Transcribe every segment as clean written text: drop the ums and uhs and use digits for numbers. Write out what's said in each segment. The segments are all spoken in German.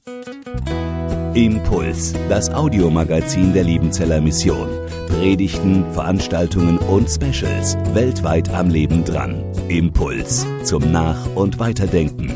Impuls, das Audiomagazin der Liebenzeller Mission. Predigten, Veranstaltungen und Specials weltweit am Leben dran. Impuls zum Nach- und Weiterdenken.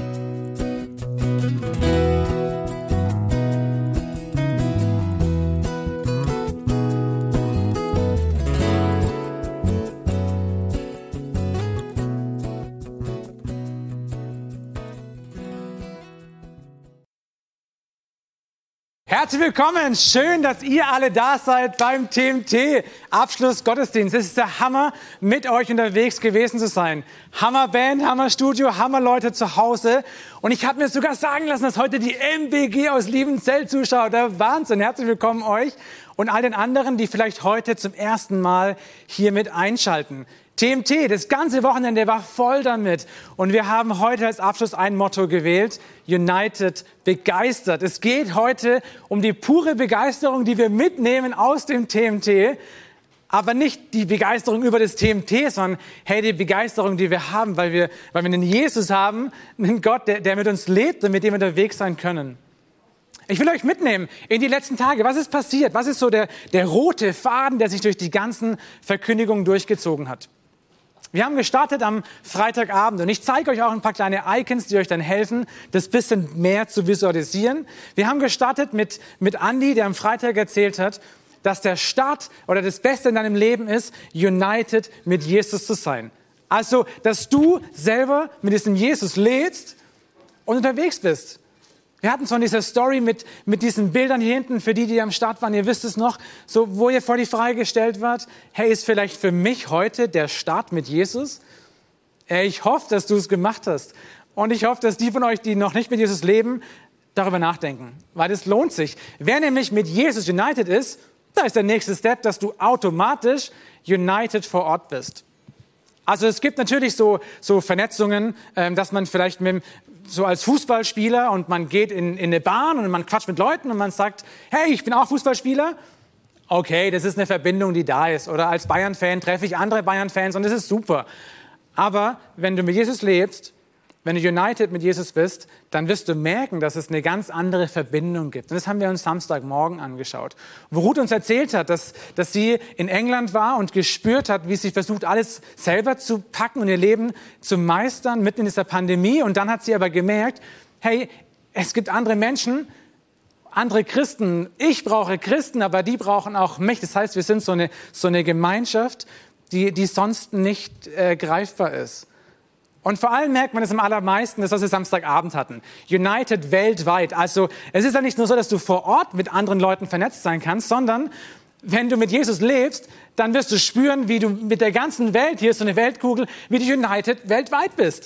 Herzlich willkommen, schön, dass ihr alle da seid beim TMT Abschluss Gottesdienst. Es ist der Hammer, mit euch unterwegs gewesen zu sein. Hammer Band, Hammer Studio, Hammer Leute zu Hause. Und ich habe mir sogar sagen lassen, dass heute die MBG aus Liebenzell zuschaut. Der Wahnsinn, herzlich willkommen euch und all den anderen, die vielleicht heute zum ersten Mal hier mit einschalten. TMT, das ganze Wochenende war voll damit. Und wir haben heute als Abschluss ein Motto gewählt: United, begeistert. Es geht heute um die pure Begeisterung, die wir mitnehmen aus dem TMT. Aber nicht die Begeisterung über das TMT, sondern hey, die Begeisterung, die wir haben, weil wir einen Jesus haben, einen Gott, der mit uns lebt und mit dem wir unterwegs sein können. Ich will euch mitnehmen in die letzten Tage. Was ist passiert? Was ist so der rote Faden, der sich durch die ganzen Verkündigungen durchgezogen hat? Wir haben gestartet am Freitagabend und ich zeige euch auch ein paar kleine Icons, die euch dann helfen, das bisschen mehr zu visualisieren. Wir haben gestartet mit Andi, der am Freitag erzählt hat, dass der Start oder das Beste in deinem Leben ist, united mit Jesus zu sein. Also, dass du selber mit diesem Jesus lebst und unterwegs bist. Wir hatten von dieser Story mit diesen Bildern hier hinten, für die am Start waren, ihr wisst es noch, so wo ihr vor die Frage gestellt wart, hey, ist vielleicht für mich heute der Start mit Jesus? Ich hoffe, dass du es gemacht hast. Und ich hoffe, dass die von euch, die noch nicht mit Jesus leben, darüber nachdenken. Weil das lohnt sich. Wer nämlich mit Jesus united ist, da ist der nächste Step, dass du automatisch united vor Ort bist. Also es gibt natürlich so Vernetzungen, dass man vielleicht so als Fußballspieler und man geht in eine Bahn und man quatscht mit Leuten und man sagt, hey, ich bin auch Fußballspieler. Okay, das ist eine Verbindung, die da ist. Oder als Bayern-Fan treffe ich andere Bayern-Fans und das ist super. Aber wenn du mit Jesus lebst, wenn du united mit Jesus bist, dann wirst du merken, dass es eine ganz andere Verbindung gibt. Und das haben wir uns Samstagmorgen angeschaut. Wo Ruth uns erzählt hat, dass sie in England war und gespürt hat, wie sie versucht, alles selber zu packen und ihr Leben zu meistern, mitten in dieser Pandemie. Und dann hat sie aber gemerkt, hey, es gibt andere Menschen, andere Christen. Ich brauche Christen, aber die brauchen auch mich. Das heißt, wir sind so eine Gemeinschaft, die sonst nicht greifbar ist. Und vor allem merkt man es am allermeisten, das, was wir Samstagabend hatten. United weltweit. Also es ist ja nicht nur so, dass du vor Ort mit anderen Leuten vernetzt sein kannst, sondern wenn du mit Jesus lebst, dann wirst du spüren, wie du mit der ganzen Welt, hier ist so eine Weltkugel, wie du united weltweit bist.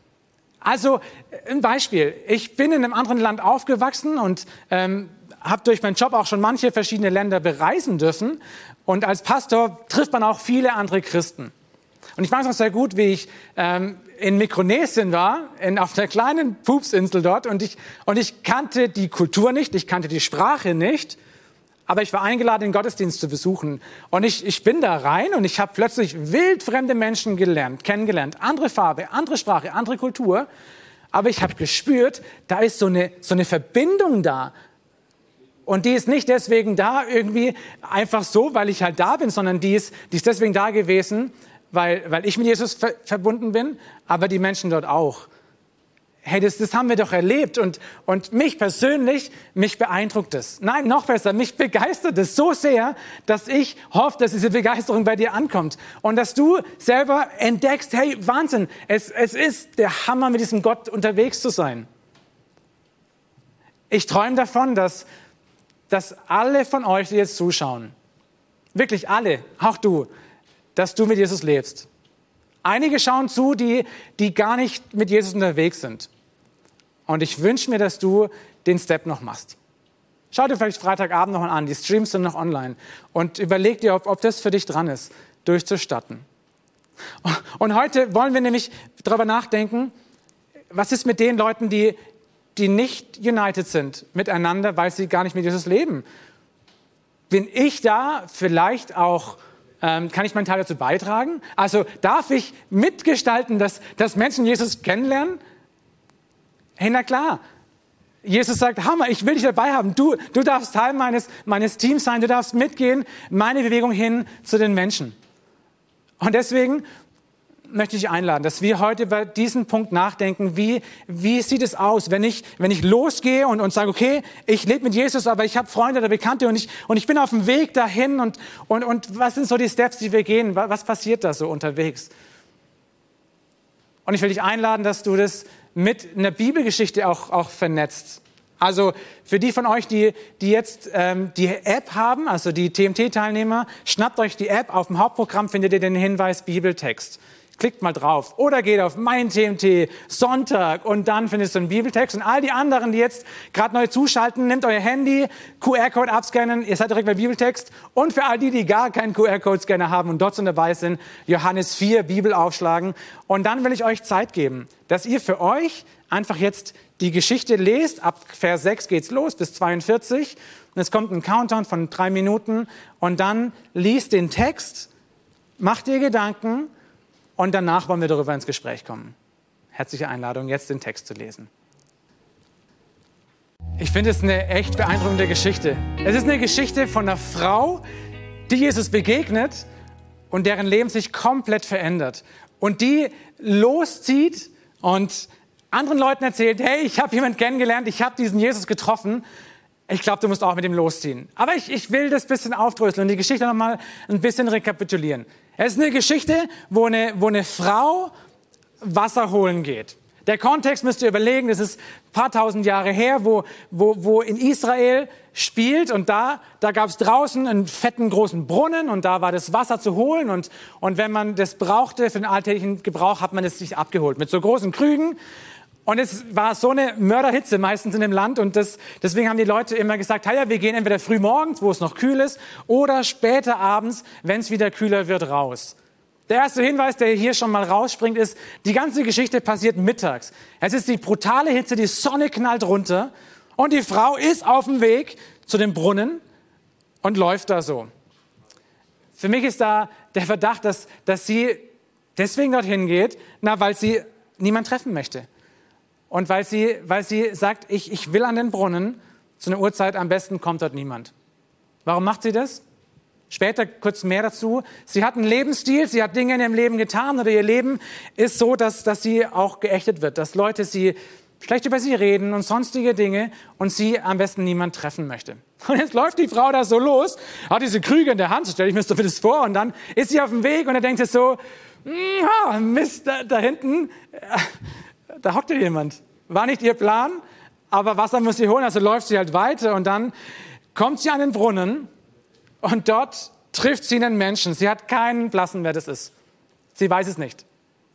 Also ein Beispiel. Ich bin in einem anderen Land aufgewachsen und habe durch meinen Job auch schon manche verschiedene Länder bereisen dürfen. Und als Pastor trifft man auch viele andere Christen. Und ich weiß noch sehr gut, wie ich in Mikronesien war, auf einer kleinen Pupsinsel dort. Und ich kannte die Kultur nicht, ich kannte die Sprache nicht. Aber ich war eingeladen, den Gottesdienst zu besuchen. Und ich bin da rein und ich habe plötzlich wildfremde Menschen kennengelernt. Andere Farbe, andere Sprache, andere Kultur. Aber ich habe gespürt, da ist so eine Verbindung da. Und die ist nicht deswegen da irgendwie einfach so, weil ich halt da bin, sondern die ist deswegen da gewesen, weil ich mit Jesus verbunden bin, aber die Menschen dort auch. Hey, das haben wir doch erlebt und mich persönlich, mich beeindruckt es. Nein, noch besser, mich begeistert es so sehr, dass ich hoffe, dass diese Begeisterung bei dir ankommt und dass du selber entdeckst, hey, Wahnsinn, es ist der Hammer, mit diesem Gott unterwegs zu sein. Ich träume davon, dass alle von euch, die jetzt zuschauen, wirklich alle, auch du, dass du mit Jesus lebst. Einige schauen zu, die gar nicht mit Jesus unterwegs sind. Und ich wünsche mir, dass du den Step noch machst. Schau dir vielleicht Freitagabend noch mal an, die Streams sind noch online. Und überleg dir, ob das für dich dran ist, durchzustatten. Und heute wollen wir nämlich darüber nachdenken, was ist mit den Leuten, die nicht united sind miteinander, weil sie gar nicht mit Jesus leben. Bin ich da vielleicht auch, kann ich meinen Teil dazu beitragen? Also darf ich mitgestalten, dass Menschen Jesus kennenlernen? Hey, na klar. Jesus sagt, Hammer, ich will dich dabei haben. Du darfst Teil meines Teams sein, du darfst mitgehen, meine Bewegung hin zu den Menschen. Und deswegen möchte ich einladen, dass wir heute über diesen Punkt nachdenken. Wie sieht es aus, wenn ich losgehe und sage, okay, ich lebe mit Jesus, aber ich habe Freunde oder Bekannte und ich bin auf dem Weg dahin und was sind so die Steps, die wir gehen? Was passiert da so unterwegs? Und ich will dich einladen, dass du das mit einer Bibelgeschichte auch vernetzt. Also für die von euch, die jetzt die App haben, also die TMT-Teilnehmer, schnappt euch die App. Auf dem Hauptprogramm findet ihr den Hinweis Bibeltext. Klickt mal drauf oder geht auf mein TMT Sonntag und dann findest du einen Bibeltext. Und all die anderen, die jetzt gerade neu zuschalten, nehmt euer Handy, QR-Code abscannen, ihr seid direkt bei Bibeltext. Und für all die gar keinen QR-Code-Scanner haben und dort schon dabei sind, Johannes 4, Bibel aufschlagen. Und dann will ich euch Zeit geben, dass ihr für euch einfach jetzt die Geschichte lest. Ab Vers 6 geht's los bis 42. Und es kommt ein Countdown von 3 Minuten. Und dann liest den Text, macht dir Gedanken. Und danach wollen wir darüber ins Gespräch kommen. Herzliche Einladung, jetzt den Text zu lesen. Ich finde es eine echt beeindruckende Geschichte. Es ist eine Geschichte von einer Frau, die Jesus begegnet und deren Leben sich komplett verändert. Und die loszieht und anderen Leuten erzählt, hey, ich habe jemanden kennengelernt, ich habe diesen Jesus getroffen. Ich glaube, du musst auch mit ihm losziehen. Aber ich will das ein bisschen aufdröseln und die Geschichte nochmal ein bisschen rekapitulieren. Es ist eine Geschichte, wo eine Frau Wasser holen geht. Der Kontext müsst ihr überlegen, das ist ein paar tausend Jahre her, wo in Israel spielt und da gab es draußen einen fetten großen Brunnen und da war das Wasser zu holen und wenn man das brauchte für den alltäglichen Gebrauch, hat man es sich abgeholt mit so großen Krügen. Und es war so eine Mörderhitze meistens in dem Land und deswegen haben die Leute immer gesagt, ja, wir gehen entweder früh morgens, wo es noch kühl ist, oder später abends, wenn es wieder kühler wird, raus. Der erste Hinweis, der hier schon mal rausspringt, ist, die ganze Geschichte passiert mittags. Es ist die brutale Hitze, die Sonne knallt runter und die Frau ist auf dem Weg zu dem Brunnen und läuft da so. Für mich ist da der Verdacht, dass sie deswegen dorthin geht, weil sie niemanden treffen möchte. Und weil sie sagt, ich will an den Brunnen, zu einer Uhrzeit am besten kommt dort niemand. Warum macht sie das? Später kurz mehr dazu. Sie hat einen Lebensstil, sie hat Dinge in ihrem Leben getan oder ihr Leben ist so, dass sie auch geächtet wird, dass Leute sie schlecht über sie reden und sonstige Dinge und sie am besten niemand treffen möchte. Und jetzt läuft die Frau da so los, hat diese Krüge in der Hand, stelle ich mir so das vor, und dann ist sie auf dem Weg und dann denkt sie so, Mist, da hinten, da hockt ja jemand. War nicht ihr Plan, aber Wasser muss sie holen, also läuft sie halt weiter und dann kommt sie an den Brunnen und dort trifft sie einen Menschen. Sie hat keinen blassen, wer das ist. Sie weiß es nicht.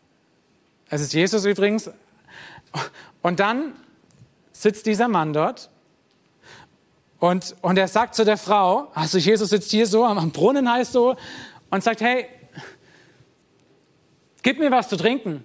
Es ist Jesus übrigens. Und dann sitzt dieser Mann dort und er sagt zu der Frau, also Jesus sitzt hier so, am Brunnen heißt so, und sagt, hey, gib mir was zu trinken.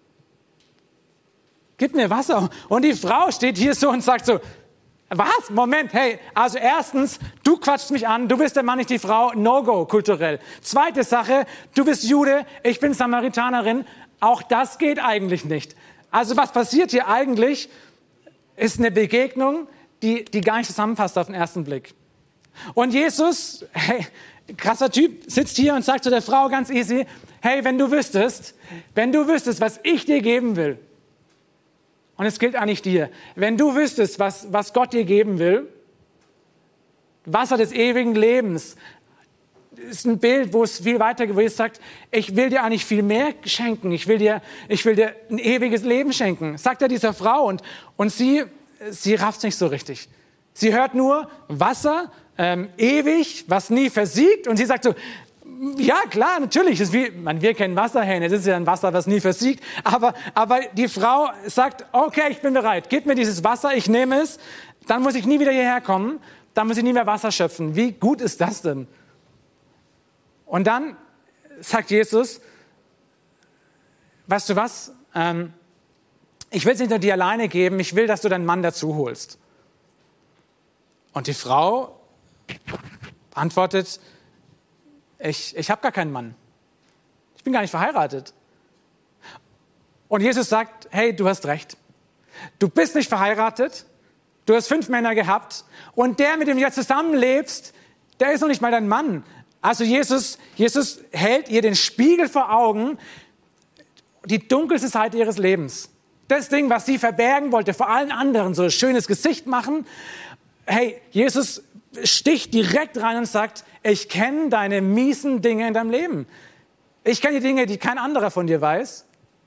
Gib mir Wasser. Und die Frau steht hier so und sagt so, was? Moment, hey, also erstens, du quatschst mich an, du bist der Mann, nicht die Frau, No-Go kulturell. Zweite Sache, du bist Jude, ich bin Samaritanerin, auch das geht eigentlich nicht. Also was passiert hier eigentlich, ist eine Begegnung, die gar nicht zusammenpasst auf den ersten Blick. Und Jesus, hey, krasser Typ, sitzt hier und sagt zu der Frau ganz easy, hey, wenn du wüsstest, was ich dir geben will, und es gilt eigentlich dir, wenn du wüsstest, was Gott dir geben will, Wasser des ewigen Lebens, ist ein Bild, wo es viel weiter geht, wo es sagt, ich will dir eigentlich viel mehr schenken, ich will dir ein ewiges Leben schenken, sagt er dieser Frau und sie rafft es nicht so richtig. Sie hört nur Wasser, ewig, was nie versiegt und sie sagt so, ja, klar, natürlich. Wir kennen Wasserhähne, das ist ja ein Wasser, was nie versiegt. Aber die Frau sagt, okay, ich bin bereit. Gib mir dieses Wasser, ich nehme es. Dann muss ich nie wieder hierher kommen. Dann muss ich nie mehr Wasser schöpfen. Wie gut ist das denn? Und dann sagt Jesus, weißt du was? Ich will es nicht nur dir alleine geben. Ich will, dass du deinen Mann dazu holst. Und die Frau antwortet, ich habe gar keinen Mann. Ich bin gar nicht verheiratet. Und Jesus sagt, hey, du hast recht. Du bist nicht verheiratet du hast 5 Männer gehabt und der, mit dem du jetzt zusammenlebst, der ist noch nicht mal dein Mann. Also Jesus hält ihr den Spiegel vor Augen, die dunkelste Seite ihres Lebens. Das Ding, was sie verbergen wollte vor allen anderen, so ein schönes Gesicht machen. Hey, Jesus sticht direkt rein und sagt, ich kenne deine miesen Dinge in deinem Leben. Ich kenne die Dinge, die kein anderer von dir weiß.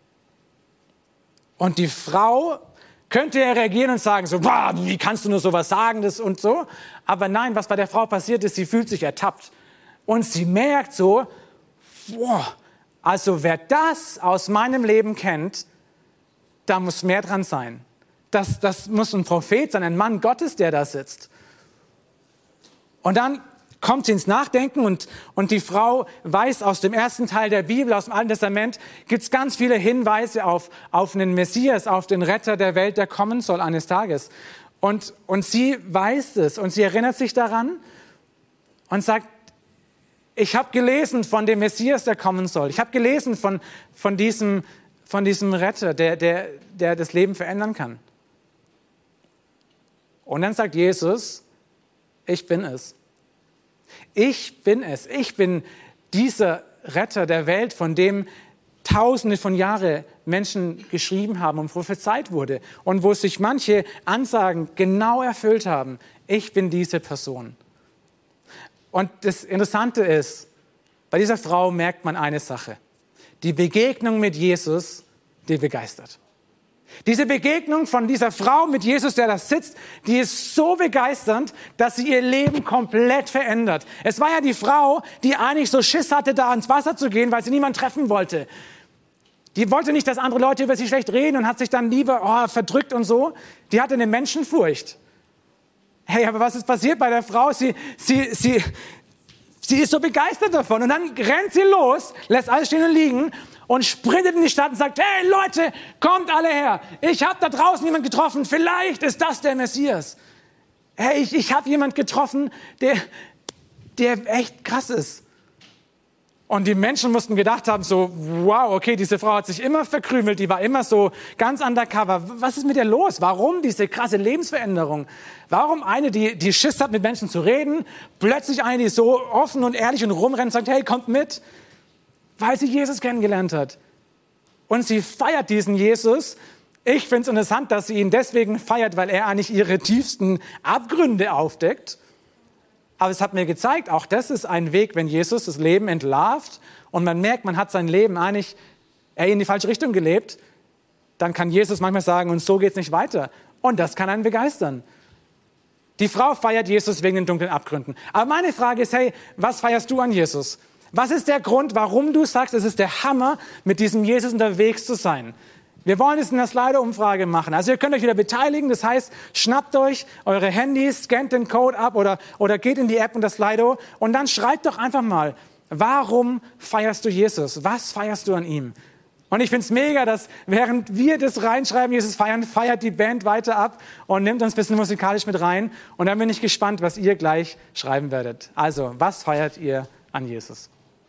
Und die Frau könnte ja reagieren und sagen, so, wie kannst du nur sowas sagen, das und so. Aber nein, was bei der Frau passiert ist, sie fühlt sich ertappt. Und sie merkt so, also wer das aus meinem Leben kennt, da muss mehr dran sein. Das muss ein Prophet sein, ein Mann Gottes, der da sitzt. Und dann kommt sie ins Nachdenken und die Frau weiß aus dem ersten Teil der Bibel, aus dem Alten Testament, gibt es ganz viele Hinweise auf einen Messias, auf den Retter der Welt, der kommen soll eines Tages. Und sie weiß es und sie erinnert sich daran und sagt, ich habe gelesen von dem Messias, der kommen soll. Ich habe gelesen von diesem Retter, der das Leben verändern kann. Und dann sagt Jesus, ich bin es. Ich bin es. Ich bin dieser Retter der Welt, von dem Tausende von Jahren Menschen geschrieben haben und prophezeit wurde. Und wo sich manche Ansagen genau erfüllt haben. Ich bin diese Person. Und das Interessante ist, bei dieser Frau merkt man eine Sache. Die Begegnung mit Jesus, die begeistert. Diese Begegnung von dieser Frau mit Jesus, der da sitzt, die ist so begeisternd, dass sie ihr Leben komplett verändert. Es war ja die Frau, die eigentlich so Schiss hatte, da ans Wasser zu gehen, weil sie niemanden treffen wollte. Die wollte nicht, dass andere Leute über sie schlecht reden und hat sich dann lieber verdrückt und so. Die hatte eine Menschenfurcht. Hey, aber was ist passiert bei der Frau? Sie ist so begeistert davon und dann rennt sie los, lässt alles stehen und liegen und sprintet in die Stadt und sagt, hey Leute, kommt alle her. Ich habe da draußen jemanden getroffen, vielleicht ist das der Messias. Hey, ich habe jemanden getroffen, der echt krass ist. Und die Menschen mussten gedacht haben, so, wow, okay, diese Frau hat sich immer verkrümelt, die war immer so ganz undercover. Was ist mit ihr los? Warum diese krasse Lebensveränderung? Warum eine, die Schiss hat, mit Menschen zu reden, plötzlich eine, die so offen und ehrlich und rumrennt und sagt, hey, kommt mit? Weil sie Jesus kennengelernt hat. Und sie feiert diesen Jesus. Ich finde es interessant, dass sie ihn deswegen feiert, weil er eigentlich ihre tiefsten Abgründe aufdeckt. Aber es hat mir gezeigt, auch das ist ein Weg, wenn Jesus das Leben entlarvt und man merkt, man hat sein Leben eigentlich in die falsche Richtung gelebt, dann kann Jesus manchmal sagen, und so geht es nicht weiter. Und das kann einen begeistern. Die Frau feiert Jesus wegen den dunklen Abgründen. Aber meine Frage ist, hey, was feierst du an Jesus? Was ist der Grund, warum du sagst, es ist der Hammer, mit diesem Jesus unterwegs zu sein? Wir wollen jetzt eine Slido-Umfrage machen. Also ihr könnt euch wieder beteiligen. Das heißt, schnappt euch eure Handys, scannt den Code ab oder geht in die App und das Slido und dann schreibt doch einfach mal, warum feierst du Jesus? Was feierst du an ihm? Und ich finde es mega, dass während wir das reinschreiben, Jesus feiern, feiert die Band weiter ab und nimmt uns ein bisschen musikalisch mit rein. Und dann bin ich gespannt, was ihr gleich schreiben werdet. Also, was feiert ihr an Jesus?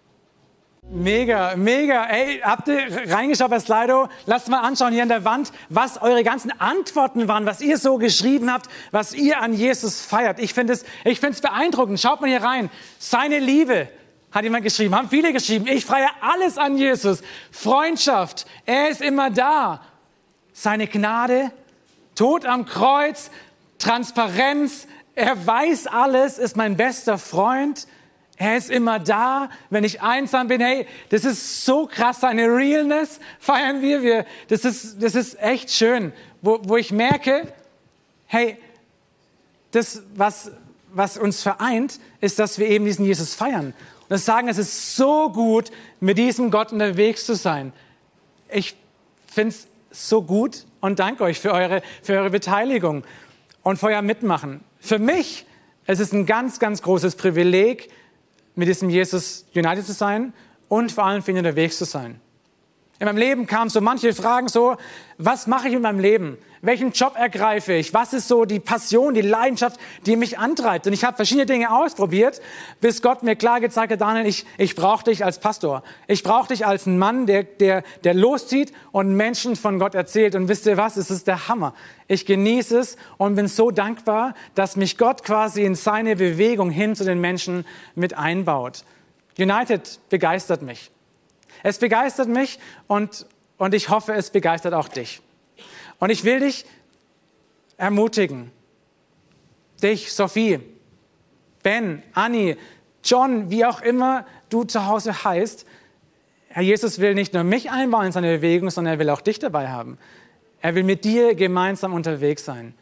Mega, mega. Ey, habt ihr reingeschaut bei Slido? Lasst mal anschauen hier an der Wand, was eure ganzen Antworten waren, was ihr so geschrieben habt, was ihr an Jesus feiert. Ich finde es beeindruckend. Schaut mal hier rein. Seine Liebe hat jemand geschrieben, haben viele geschrieben. Ich feiere alles an Jesus. Freundschaft, er ist immer da. Seine Gnade, Tod am Kreuz, Transparenz, er weiß alles, ist mein bester Freund. Er ist immer da, wenn ich einsam bin. Hey, das ist so krass, seine Realness feiern wir. Das ist echt schön, wo ich merke, hey, das, was uns vereint, ist, dass wir eben diesen Jesus feiern. Und das sagen, es ist so gut, mit diesem Gott unterwegs zu sein. Ich finde es so gut und danke euch für eure Beteiligung und für euer Mitmachen. Für mich ist es ein ganz, ganz großes Privileg, mit diesem Jesus united zu sein und vor allem für ihn unterwegs zu sein. In meinem Leben kamen so manche Fragen so, was mache ich mit meinem Leben? Welchen Job ergreife ich? Was ist so die Passion, die Leidenschaft, die mich antreibt? Und ich habe verschiedene Dinge ausprobiert, bis Gott mir klar gezeigt hat, Daniel, ich brauche dich als Pastor. Ich brauche dich als ein Mann, der loszieht und Menschen von Gott erzählt. Und wisst ihr was? Es ist der Hammer. Ich genieße es und bin so dankbar, dass mich Gott quasi in seine Bewegung hin zu den Menschen mit einbaut. United begeistert mich. Es begeistert mich und ich hoffe, es begeistert auch dich. Und ich will dich ermutigen, dich, Sophie, Ben, Anni, John, wie auch immer du zu Hause heißt, Herr Jesus will nicht nur mich einbauen in seine Bewegung, sondern er will auch dich dabei haben. Er will mit dir gemeinsam unterwegs sein.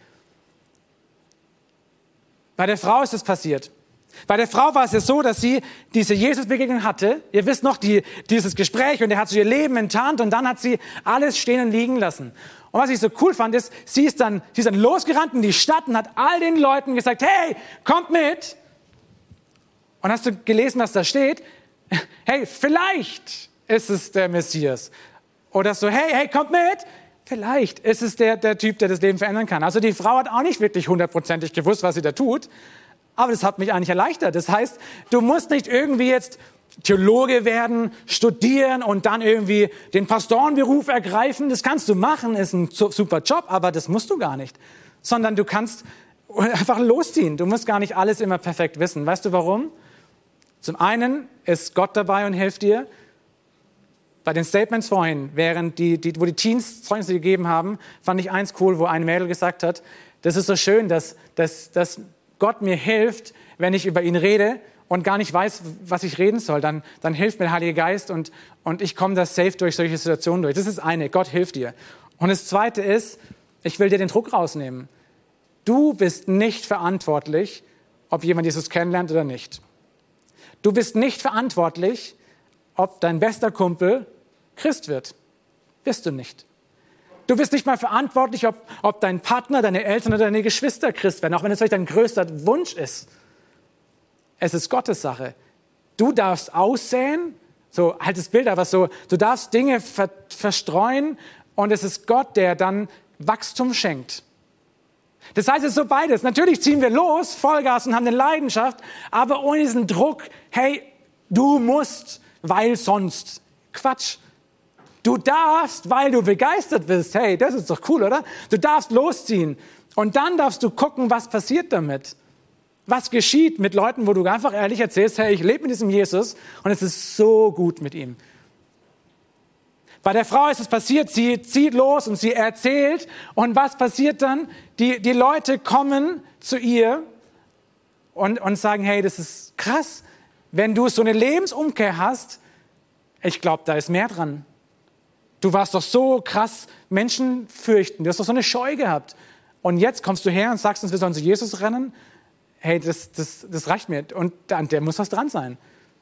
Bei der Frau ist es passiert. Bei der Frau war es ja so, dass sie diese Jesus-Begegnung hatte. Ihr wisst noch, dieses Gespräch, und er hat so ihr Leben enttarnt und dann hat sie alles stehen und liegen lassen. Und was ich so cool fand, ist, sie ist dann losgerannt in die Stadt und hat all den Leuten gesagt, hey, kommt mit. Und hast du gelesen, was da steht? Hey, vielleicht ist es der Messias. Oder so, hey, kommt mit. Vielleicht ist es der Typ, der das Leben verändern kann. Also die Frau hat auch nicht wirklich 100%ig gewusst, was sie da tut. Aber das hat mich eigentlich erleichtert. Das heißt, du musst nicht irgendwie jetzt Theologe werden, studieren und dann irgendwie den Pastorenberuf ergreifen. Das kannst du machen, ist ein super Job, aber das musst du gar nicht. Sondern du kannst einfach losziehen. Du musst gar nicht alles immer perfekt wissen. Weißt du warum? Zum einen ist Gott dabei und hilft dir. Bei den Statements vorhin, wo die Teens Zeugnisse gegeben haben, fand ich eins cool, wo ein Mädel gesagt hat, das ist so schön, dass Gott mir hilft, wenn ich über ihn rede und gar nicht weiß, was ich reden soll. Dann hilft mir der Heilige Geist und ich komme da safe durch solche Situationen durch. Das ist eine, Gott hilft dir. Und das Zweite ist, ich will dir den Druck rausnehmen. Du bist nicht verantwortlich, ob jemand Jesus kennenlernt oder nicht. Du bist nicht verantwortlich, ob dein bester Kumpel Christ wird. Bist du nicht. Du bist nicht mal verantwortlich, ob dein Partner, deine Eltern oder deine Geschwister Christ werden, auch wenn es vielleicht dein größter Wunsch ist. Es ist Gottes Sache. Du darfst aussäen, so altes Bild, aber so, du darfst Dinge verstreuen und es ist Gott, der dann Wachstum schenkt. Das heißt, es ist so beides. Natürlich ziehen wir los, Vollgas und haben eine Leidenschaft, aber ohne diesen Druck, hey, du musst, weil sonst. Quatsch. Du darfst, weil du begeistert bist. Hey, das ist doch cool, oder? Du darfst losziehen. Und dann darfst du gucken, was passiert damit. Was geschieht mit Leuten, wo du einfach ehrlich erzählst, hey, ich lebe mit diesem Jesus und es ist so gut mit ihm. Bei der Frau ist es passiert, sie zieht los und sie erzählt. Und was passiert dann? Die Leute kommen zu ihr und sagen, hey, das ist krass. Wenn du so eine Lebensumkehr hast, ich glaube, da ist mehr dran. Du warst doch so krass Menschen fürchten. Du hast doch so eine Scheu gehabt. Und jetzt kommst du her und sagst uns, wir sollen zu Jesus rennen. Hey, das reicht mir. Und der muss was dran sein.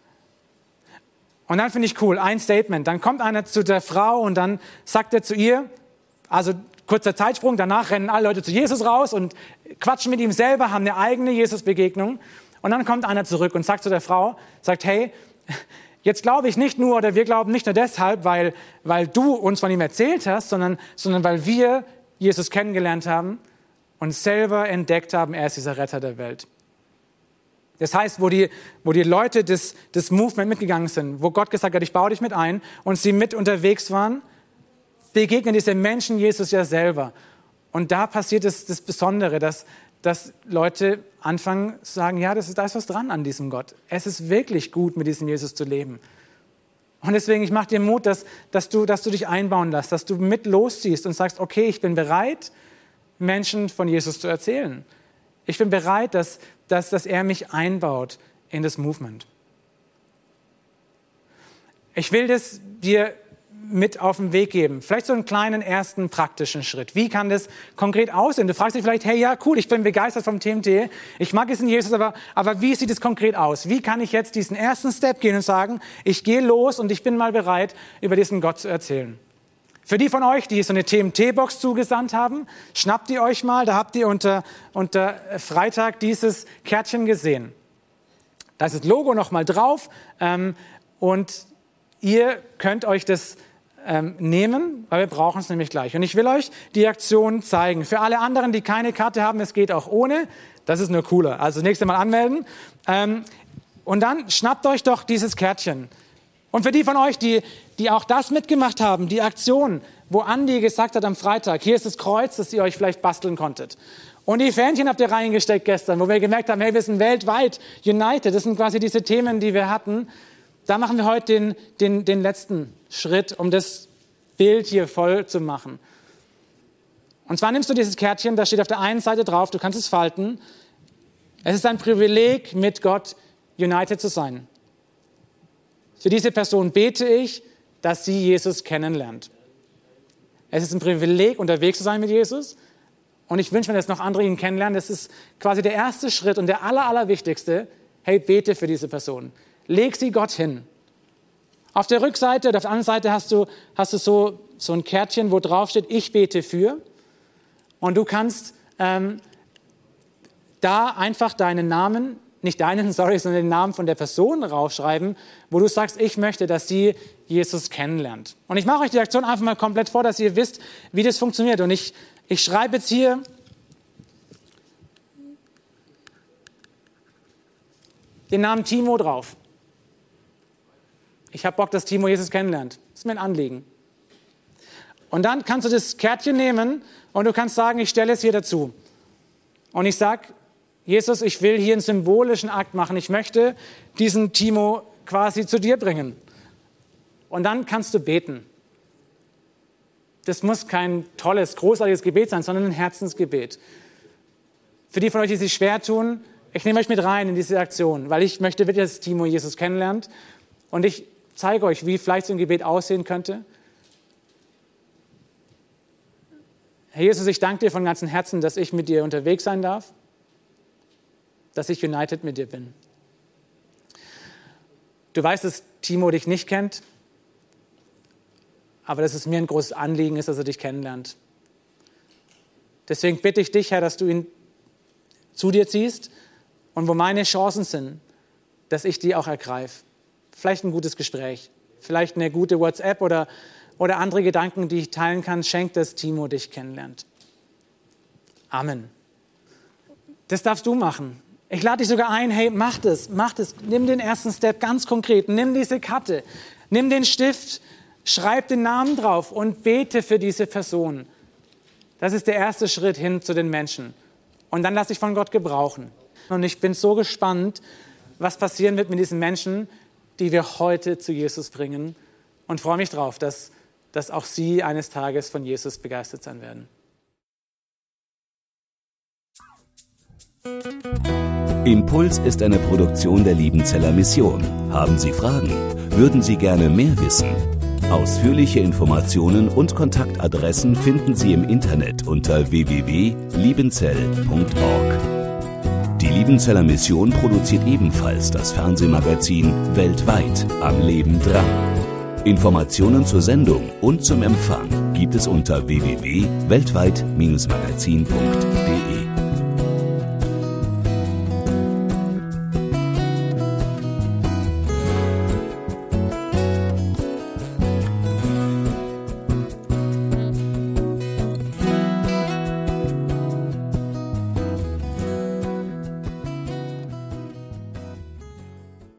Und dann finde ich cool, ein Statement. Dann kommt einer zu der Frau und dann sagt er zu ihr, also kurzer Zeitsprung, danach rennen alle Leute zu Jesus raus und quatschen mit ihm selber, haben eine eigene Jesus-Begegnung. Und dann kommt einer zurück und sagt zu der Frau, sagt, hey, jetzt glaube ich nicht nur, oder wir glauben nicht nur deshalb, weil du uns von ihm erzählt hast, sondern weil wir Jesus kennengelernt haben und selber entdeckt haben, er ist dieser Retter der Welt. Das heißt, wo die Leute des Movement mitgegangen sind, wo Gott gesagt hat, ich baue dich mit ein und sie mit unterwegs waren, begegnen diese Menschen Jesus ja selber. Und da passiert das Besondere, dass Leute anfangen zu sagen, ja, da ist was dran an diesem Gott. Es ist wirklich gut, mit diesem Jesus zu leben. Und deswegen, ich mache dir Mut, dass du dich einbauen lässt, dass du mit losziehst und sagst, okay, ich bin bereit, Menschen von Jesus zu erzählen. Ich bin bereit, dass er mich einbaut in das Movement. Ich will das dir mit auf den Weg geben. Vielleicht so einen kleinen ersten praktischen Schritt. Wie kann das konkret aussehen? Du fragst dich vielleicht, hey, ja, cool, ich bin begeistert vom TMT. Ich mag es in Jesus, aber wie sieht es konkret aus? Wie kann ich jetzt diesen ersten Step gehen und sagen, ich gehe los und ich bin mal bereit, über diesen Gott zu erzählen? Für die von euch, die so eine TMT-Box zugesandt haben, schnappt ihr euch mal, da habt ihr unter Freitag dieses Kärtchen gesehen. Da ist das Logo noch mal drauf und ihr könnt euch das nehmen, weil wir brauchen es nämlich gleich. Und ich will euch die Aktion zeigen. Für alle anderen, die keine Karte haben, es geht auch ohne. Das ist nur cooler. Also das nächste Mal anmelden. Und dann schnappt euch doch dieses Kärtchen. Und für die von euch, die auch das mitgemacht haben, die Aktion, wo Andi gesagt hat am Freitag, hier ist das Kreuz, das ihr euch vielleicht basteln konntet. Und die Fähnchen habt ihr reingesteckt gestern, wo wir gemerkt haben, hey, wir sind weltweit united. Das sind quasi diese Themen, die wir hatten. Da machen wir heute den letzten Schritt, um das Bild hier voll zu machen. Und zwar nimmst du dieses Kärtchen, da steht auf der einen Seite drauf, du kannst es falten. Es ist ein Privileg, mit Gott united zu sein. Für diese Person bete ich, dass sie Jesus kennenlernt. Es ist ein Privileg, unterwegs zu sein mit Jesus. Und ich wünsche mir, dass noch andere ihn kennenlernen. Das ist quasi der erste Schritt und der allerwichtigste. Hey, bete für diese Person. Leg sie Gott hin. Auf der Rückseite oder auf der anderen Seite hast du so ein Kärtchen, wo drauf steht, ich bete für. Und du kannst da einfach deinen Namen, nicht deinen, sondern den Namen von der Person raufschreiben, wo du sagst, ich möchte, dass sie Jesus kennenlernt. Und ich mache euch die Aktion einfach mal komplett vor, dass ihr wisst, wie das funktioniert. Und ich schreibe jetzt hier den Namen Timo drauf. Ich habe Bock, dass Timo Jesus kennenlernt. Das ist mir ein Anliegen. Und dann kannst du das Kärtchen nehmen und du kannst sagen, ich stelle es hier dazu. Und ich sage, Jesus, ich will hier einen symbolischen Akt machen. Ich möchte diesen Timo quasi zu dir bringen. Und dann kannst du beten. Das muss kein tolles, großartiges Gebet sein, sondern ein Herzensgebet. Für die von euch, die sich schwer tun, ich nehme euch mit rein in diese Aktion, weil ich möchte wirklich, dass Timo Jesus kennenlernt. Und ich zeige euch, wie vielleicht so ein Gebet aussehen könnte. Herr Jesus, ich danke dir von ganzem Herzen, dass ich mit dir unterwegs sein darf, dass ich united mit dir bin. Du weißt, dass Timo dich nicht kennt, aber dass es mir ein großes Anliegen ist, dass er dich kennenlernt. Deswegen bitte ich dich, Herr, dass du ihn zu dir ziehst und wo meine Chancen sind, dass ich die auch ergreife. Vielleicht ein gutes Gespräch, vielleicht eine gute WhatsApp oder andere Gedanken, die ich teilen kann, schenkt, dass Timo dich kennenlernt. Amen. Das darfst du machen. Ich lade dich sogar ein, hey, mach das. Nimm den ersten Step ganz konkret. Nimm diese Karte, nimm den Stift, schreib den Namen drauf und bete für diese Person. Das ist der erste Schritt hin zu den Menschen. Und dann lass dich von Gott gebrauchen. Und ich bin so gespannt, was passieren wird mit diesen Menschen, die wir heute zu Jesus bringen. Und freue mich drauf, dass auch sie eines Tages von Jesus begeistert sein werden. Impuls ist eine Produktion der Liebenzeller Mission. Haben Sie Fragen? Würden Sie gerne mehr wissen? Ausführliche Informationen und Kontaktadressen finden Sie im Internet unter www.liebenzell.org. Die Liebenzeller Mission produziert ebenfalls das Fernsehmagazin Weltweit am Leben dran. Informationen zur Sendung und zum Empfang gibt es unter www.weltweit-magazin.de.